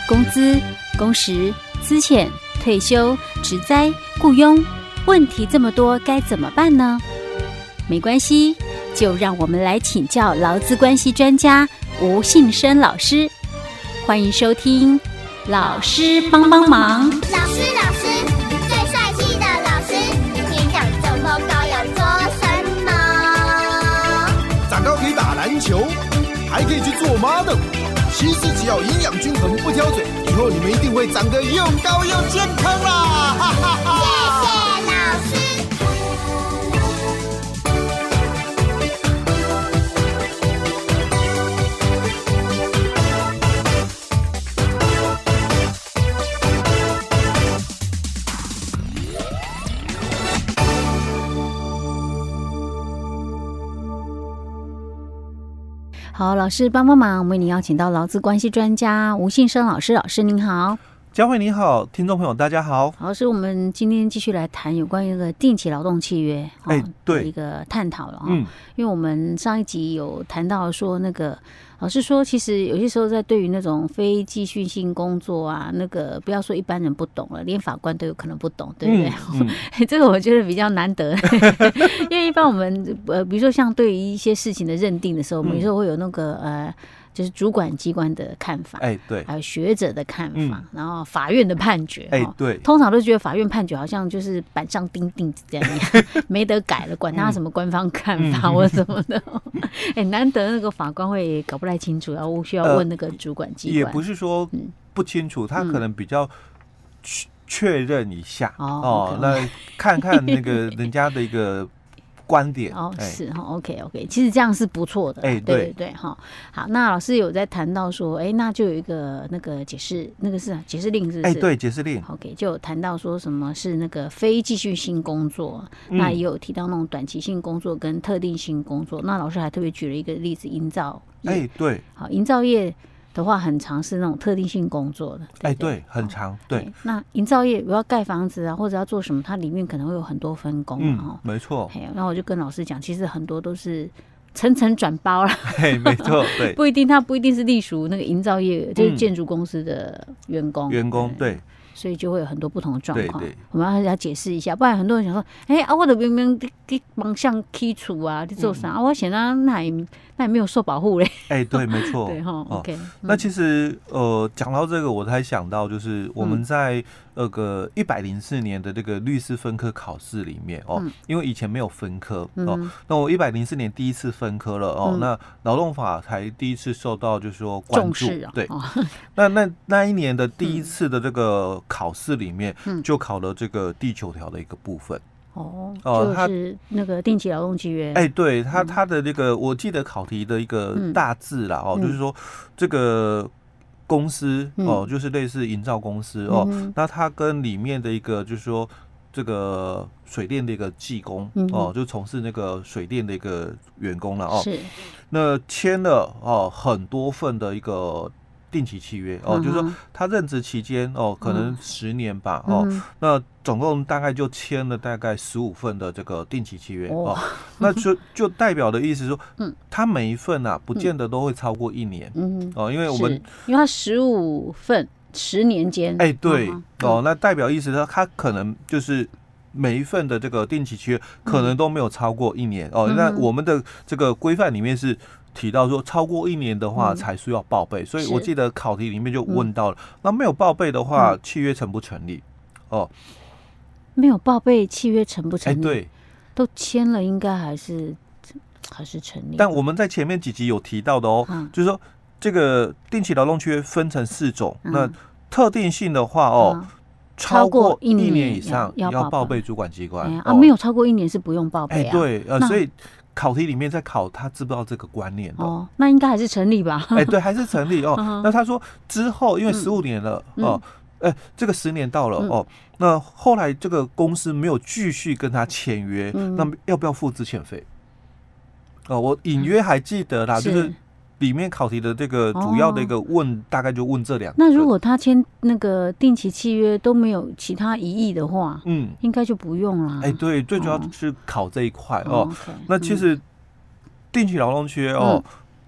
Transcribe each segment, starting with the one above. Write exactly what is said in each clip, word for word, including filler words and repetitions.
工资、工时、资遣、退休、职灾、雇佣，问题这么多，该怎么办呢？没关系，就让我们来请教劳资关系专家吴信生老师。欢迎收听老师帮帮忙。 老师，老师，最帅气的老师，你长这么高要做什么？ 长高可以打篮球，还可以去做 model。其实只要营养均衡，不挑嘴，以后你们一定会长得又高又健康啦！哈哈哈！ 谢谢老师。 好，老师帮帮忙，我们为您邀请到劳资关系专家吴信生老师。老师您好。 佳慧你好，听众朋友大家好。 老师，我们今天继续来谈有关于一个定期劳动契约哎、哦，对一个探讨了、哦、嗯，因为我们上一集有谈到说那个老师说，其实有些时候在对于那种非继续性工作啊，那个不要说一般人不懂了，连法官都有可能不懂，对不对？嗯嗯、这个我觉得比较难得，因为一般我们呃，比如说像对于一些事情的认定的时候，我们有时候会有那个呃。就是主管机关的看法，哎，对，还有学者的看法，嗯、然后法院的判决，哎，对，通常都觉得法院判决好像就是板上钉钉这样，没得改了，管他什么官方看法或什么的，哎、嗯，难得那个法官会搞不太清楚，然后需要问那个主管机关， 呃、也不是说不清楚，他可能比较确认一下、嗯、哦，那看看那个人家的一个。观点哦，是哈 ，OK OK， 其实这样是不错的，哎，对对对哈。好，那老师有在谈到说，哎，那就有一个那个解释，那个是解释令，是不是？ 哎，对，解释令 ，OK， 就有谈到说什么是那个非继续性工作，嗯、那也有提到那种短期性工作跟特定性工作。那老师还特别举了一个例子，营造业， 哎，对， 好，营造业。的话很常是那种特定性工作的， 哎，对，对很长，对。 对那营造业，如果要盖房子啊，或者要做什么，它里面可能会有很多分工啊、 嗯，没错。 然后我就跟老师讲，其实很多都是层层转包啦， 哎，没错，对， 不一定，它不一定是隶属那个营造业，就是建筑公司的员工， 嗯、员工对。 所以就会有很多不同的状况，我们要要解释一下，不然很多人想说，哎、欸、啊，我的明明给帮向剔除啊，你做啥、嗯、啊？我显然那也那也没有受保护嘞。 哎、欸，对，没错， 对哈、哦、，OK、嗯。 那其实呃，讲到这个，我才想到，就是我们在那个一百零四年的这个律师分科考试里面哦、嗯，因为以前没有分科哦，嗯、那我一百零四年第一次分科了哦，嗯、那劳动法才第一次受到就是说关注， 重视啊、 对。 哦、 那那那一年的第一次的这个考试里面，嗯、就考了这个第九条的一个部分。 哦，就是那个定期劳动契约。 哎、欸，对他他的那个，我记得考题的一个大致啦，哦、嗯，就是说这个公司哦、嗯，就是类似营造公司哦，嗯、那他跟里面的一个就是说这个水电的一个技工、嗯、哦，就从事那个水电的一个员工了哦，是，那签了哦很多份的一个。定期契约哦， uh-huh. 就是说他任职期间哦，可能十年吧、uh-huh. 哦，那总共大概就签了大概十五份的这个定期契约、oh. 哦，那就就代表的意思说，嗯，他每一份啊，不见得都会超过一年，嗯哦，因为我们因为他十五份十年间， 哎、欸、对、uh-huh. 哦，那代表意思说他可能就是每一份的这个定期契约可能都没有超过一年、嗯、哦，那我们的这个规范里面是。提到说超过一年的话才需要报备、嗯，所以我记得考题里面就问到了，那没有报备的话，嗯、契约成不成立？哦， 没有报备，契约成不成立？ 哎、对， 都签了，应该还是还是成立。 但我们在前面几集有提到的哦，嗯、就是说这个定期劳动契约分成四种，嗯、那特定性的话哦。嗯超过一年以上要报备主管机关、 哎、啊，没有超过一年是不用报备啊。 哎、对，呃，所以考题里面在考他知不知道这个观念的哦，那应该还是成立吧？ 哎，对，还是成立哦。那他说之后因为十五年了、嗯、哦，哎、欸，这个十年到了、嗯、哦，那后来这个公司没有继续跟他签约，嗯、那么要不要付资遣费？哦，我隐约还记得啦，嗯、就是里面考题的这个主要的一个问，哦、大概就问这两个。 那如果他签那个定期契约都没有其他疑义的话，嗯，应该就不用了。 哎、欸，对，最主要是考这一块哦。哦 okay, 那其实定期劳动契约哦，嗯、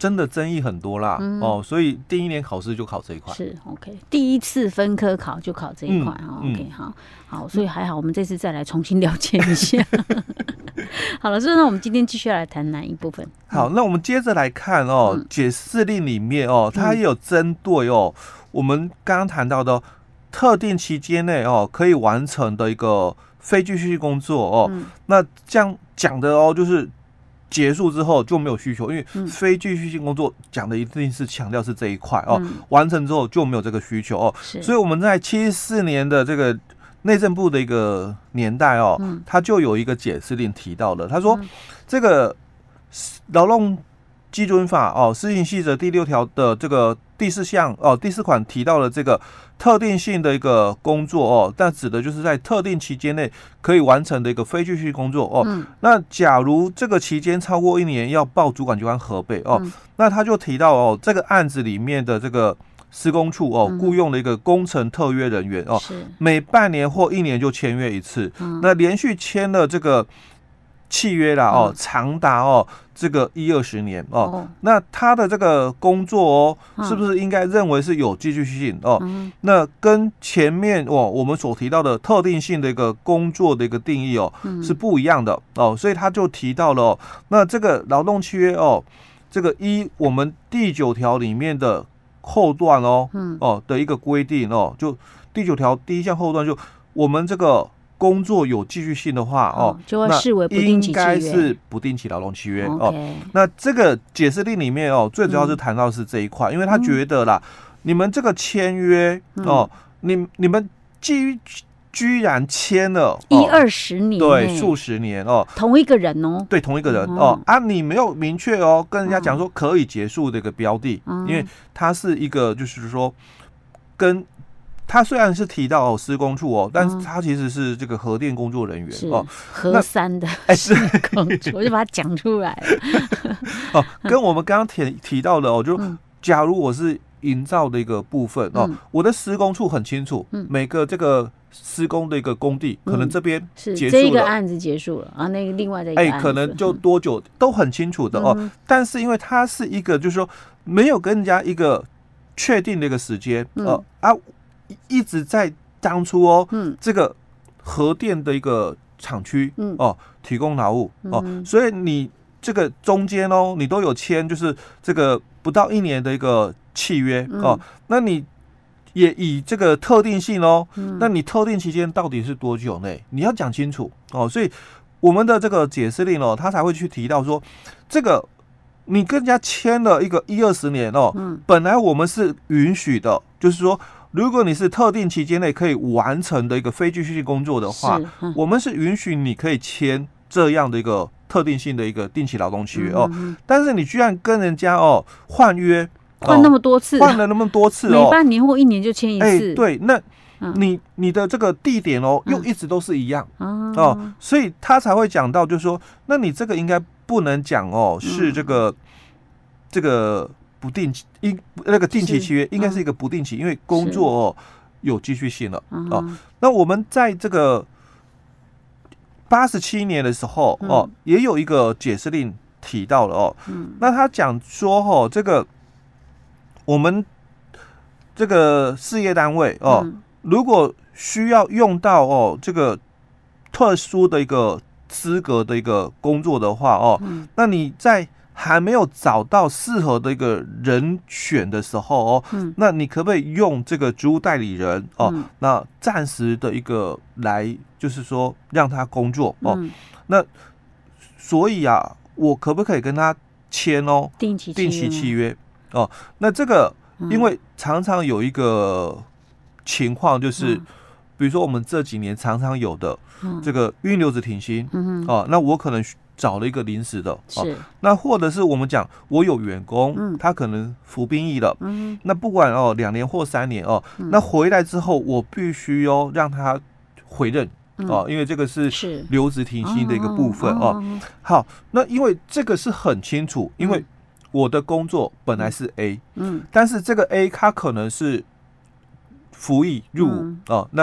真的争议很多啦、嗯、哦，所以第一年考试就考这一块。 是 OK， 第一次分科考就考这一块、嗯哦、OK， 好好，所以还好我们这次再来重新了解一下。好了，所以那我们今天继续来谈哪一部分？ 好，那我们接着来看哦，嗯、解释令里面哦，它也有针对哦，嗯、我们刚刚谈到的特定期间内哦可以完成的一个非继续性工作哦，嗯、那这样讲的哦，就是结束之后就没有需求，因为非继续性工作讲的一定是强调是这一块哦，嗯、完成之后就没有这个需求哦，所以我们在七十四年的这个内政部的一个年代哦，嗯、他就有一个解释令提到了，他说、嗯、这个劳动基准法哦施行细则第六条的这个第四项哦第四款提到了这个特定性的一个工作哦，但指的就是在特定期间内可以完成的一个非继续工作哦。嗯、那假如这个期间超过一年，要报主管机关核备哦。嗯、那他就提到哦，这个案子里面的这个施工处哦雇用了一个工程特约人员哦，每半年或一年就签约一次。嗯、那连续签了这个契约啦哦，嗯、长达哦这个一二十年哦，哦那他的这个工作哦，嗯、是不是应该认为是有继续性哦？嗯、那跟前面哦我们所提到的特定性的一个工作的一个定义哦，嗯、是不一样的哦，所以他就提到了哦，那这个劳动契约哦，这个依我们第九条里面的后段哦，嗯、哦的一个规定哦，就第九条第一项后段就我们这个。工作有继续性的话哦， 就会视为不定期契约， 应该是不定期劳动契约哦。那这个解释令里面哦，最主要是谈到是这一块，因为他觉得啦，你们这个签约哦，你你们居居然签了一二十年， 对，数十年哦， 同一个人哦， 对，同一个人哦啊，你没有明确哦跟人家讲说可以结束的一个标的，因为它是一个就是说跟。他虽然是提到哦施工处哦，但是他其实是这个核电工作人员、嗯、哦， 核三的施工处，我就把它讲出来了。 哦，跟我们刚刚提提到的哦，就假如我是营造的一个部分哦，嗯、我的施工处很清楚，嗯、每个这个施工的一个工地，嗯、可能这边结束了， 这个案子结束了啊，那个另外的一个案子， 哎，可能就多久都很清楚的哦。嗯、但是因为它是一个，就是说没有跟人家一个确定的一个时间，嗯、呃啊。一直在当初哦，嗯、这个核电的一个厂区、嗯、哦，提供劳务、嗯、哦，所以你这个中间哦，你都有签，就是这个不到一年的一个契约、嗯、哦，那你也以这个特定性哦，嗯、那你特定期间到底是多久内，你要讲清楚哦，所以我们的这个解释令哦，他才会去提到说，这个你跟人家签了一个一二十年哦，嗯、本来我们是允许的，就是说。如果你是特定期间内可以完成的一个非继续性工作的话，嗯、我们是允许你可以签这样的一个特定性的一个定期劳动契约哦。嗯、但是你居然跟人家哦换约， 换那么多次， 换了那么多次哦， 每半年或一年就签一次。 哎，对，那你你的这个地点哦，又一直都是一样、嗯、哦，所以他才会讲到，就是说，那你这个应该不能讲哦，是这个、嗯、这个。不定期应那个定期契约应该是一个不定期，因为工作哦有继续性了哦。那我们在这个八十七年的时候哦，也有一个解释令提到了哦。那他讲说哦，这个我们这个事业单位哦，如果需要用到哦这个特殊的一个资格的一个工作的话哦，那你在还没有找到适合的一个人选的时候哦，嗯、那你可不可以用这个职务代理人哦？嗯、那暂时的一个来，就是说让他工作哦。嗯、那所以啊，我可不可以跟他签哦定期定期契约哦？那这个因为常常有一个情况就是，嗯、比如说我们这几年常常有的、嗯、这个预留职停薪、嗯、哦，那我可能。找了一个临时的，是、哦、那或者是我们讲，我有员工，嗯、他可能服兵役了，嗯、那不管哦两年或三年哦，嗯、那回来之后我必须哦让他回任、嗯、哦，因为这个是留职停薪的一个部分 哦, 哦。好，那因为这个是很清楚，因为我的工作本来是 A，嗯，但是这个 A 他可能是服役入伍、嗯、哦，那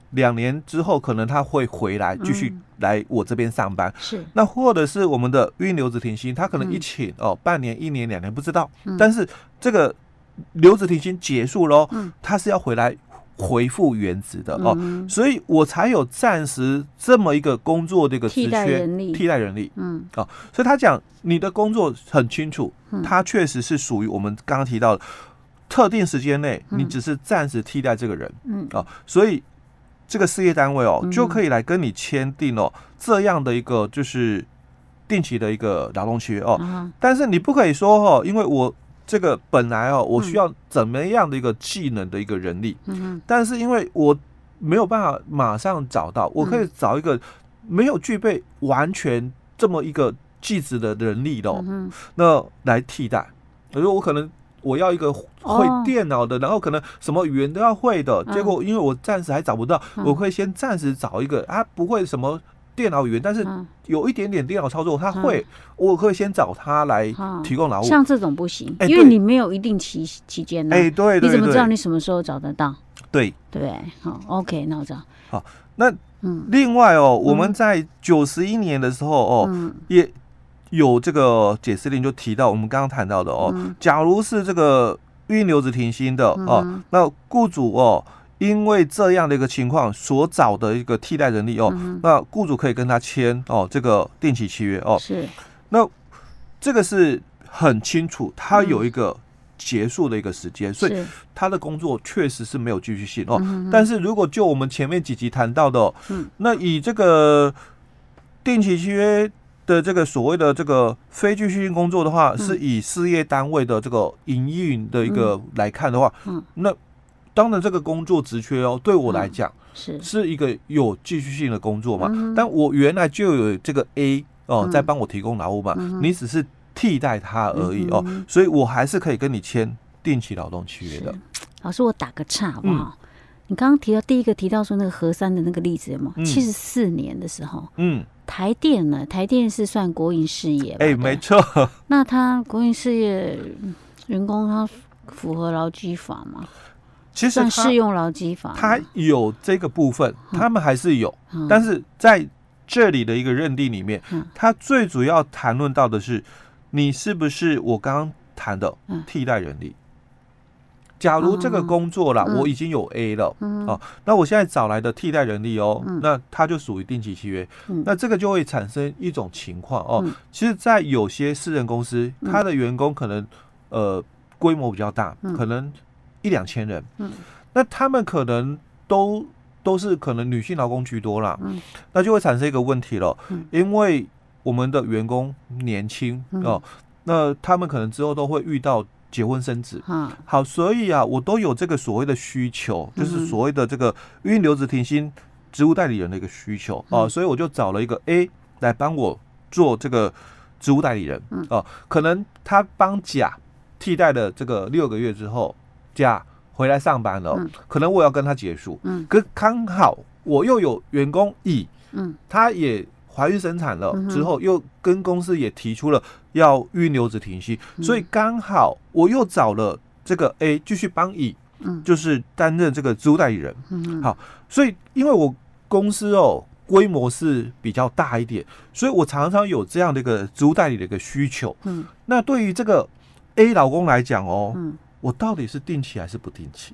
两年之后可能他会回来继续来我这边上班， 是、嗯。 那或者是我们的育婴留职停薪，他可能一请、嗯、哦半年、一年、两年不知道、嗯，但是这个留职停薪结束喽，嗯，他是要回来回复原职的哦、嗯，所以我才有暂时这么一个工作的一个职缺， 替代人力， 替代人力， 嗯， 哦，所以他讲你的工作很清楚， 嗯、 他确实是属于我们刚刚提到的特定时间内，你只是暂时替代这个人，嗯，哦，所以这个事业单位哦、嗯、就可以来跟你签订哦这样的一个就是定期的一个劳动契约哦、嗯，但是你不可以说哦，因为我这个本来哦，我需要怎么样的一个技能的一个人力，嗯，但是因为我没有办法马上找到，我可以找一个没有具备完全这么一个技职的人力的、哦嗯，那来替代。比如说我可能我要一个会电脑的、哦，然后可能什么语言都要会的，嗯、结果因为我暂时还找不到，嗯、我可以先暂时找一个啊，不会什么电脑语言，但是有一点点电脑操作他会，嗯、我可以先找他来提供劳务。 像这种不行，欸、因为你没有一定期期间呢。 哎、欸，对， 对， 对， 你怎么知道你什么时候找得到？ 对， 对，好 ，OK， 那我知道。 好，那嗯，另外哦，我们在九十一年的时候哦，嗯、也有这个解释令就提到我们刚刚谈到的哦，嗯、假如是这个育婴留职停薪的哦，嗯、那雇主哦。因为这样的一个情况所找的一个替代人力哦，嗯、那雇主可以跟他签哦这个定期契约哦， 是， 那这个是很清楚，他有一个结束的一个时间，嗯、所以他的工作确实是没有继续性哦。嗯、但是如果就我们前面几集谈到的、哦，嗯、那以这个定期契约的这个所谓的这个非继续性工作的话，嗯、是以事业单位的这个营运的一个来看的话，嗯、那。当然，这个工作职缺哦，对我来讲、嗯、是是一个有继续性的工作嘛。嗯、但我原来就有这个 A 哦，嗯、在帮我提供劳务嘛，嗯、你只是替代他而已哦，嗯、所以我还是可以跟你签定期劳动契约的。 老师，我打个岔好不好？嗯、你刚刚提到第一个提到说那个核三的那个例子嘛，七十四年的时候，嗯，台电呢，台电是算国营事业， 哎、欸，没错。 那他国营事业员工他符合劳基法吗？ 其实算适用劳基法， 它有这个部分，他们还是有，嗯、但是在这里的一个认定里面，嗯、它最主要谈论到的是你是不是我刚刚谈的替代人力。嗯、假如这个工作啦，嗯、我已经有 A 了，嗯哦，那我现在找来的替代人力哦，嗯、那它就属于定期契约，嗯、那这个就会产生一种情况哦，嗯、其实，在有些私人公司，他的员工可能呃规模比较大，嗯、可能。一两千人，嗯，那他们可能都都是可能女性劳工居多啦，嗯，那就会产生一个问题了，嗯，因为我们的员工年轻、嗯、哦，那他们可能之后都会遇到结婚生子，嗯，好，所以啊，我都有这个所谓的需求，嗯、就是所谓的这个育婴留职停薪职务代理人的一个需求、嗯、哦，所以我就找了一个 A 来帮我做这个职务代理人，嗯，哦，可能他帮甲替代了这个六个月之后。甲回来上班了、嗯，可能我要跟他结束，嗯，可刚好我又有员工乙，嗯，他也怀孕生产了、嗯、之后，又跟公司也提出了要育婴留职停薪、嗯，所以刚好我又找了这个 A 继续帮乙，嗯，就是担任这个职务代理人，嗯，好，所以因为我公司哦规模是比较大一点，所以我常常有这样的一个职务代理的一个需求，嗯，那对于这个 A 老公来讲哦，嗯。我到底是定期还是不定期？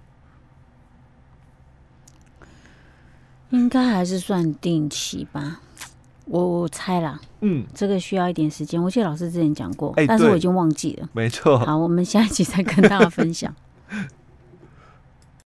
应该还是算定期吧，我我猜啦。嗯，这个需要一点时间。我记得老师之前讲过、欸，但是我已经忘记了。 没错。 好，我们下一集再跟大家分享。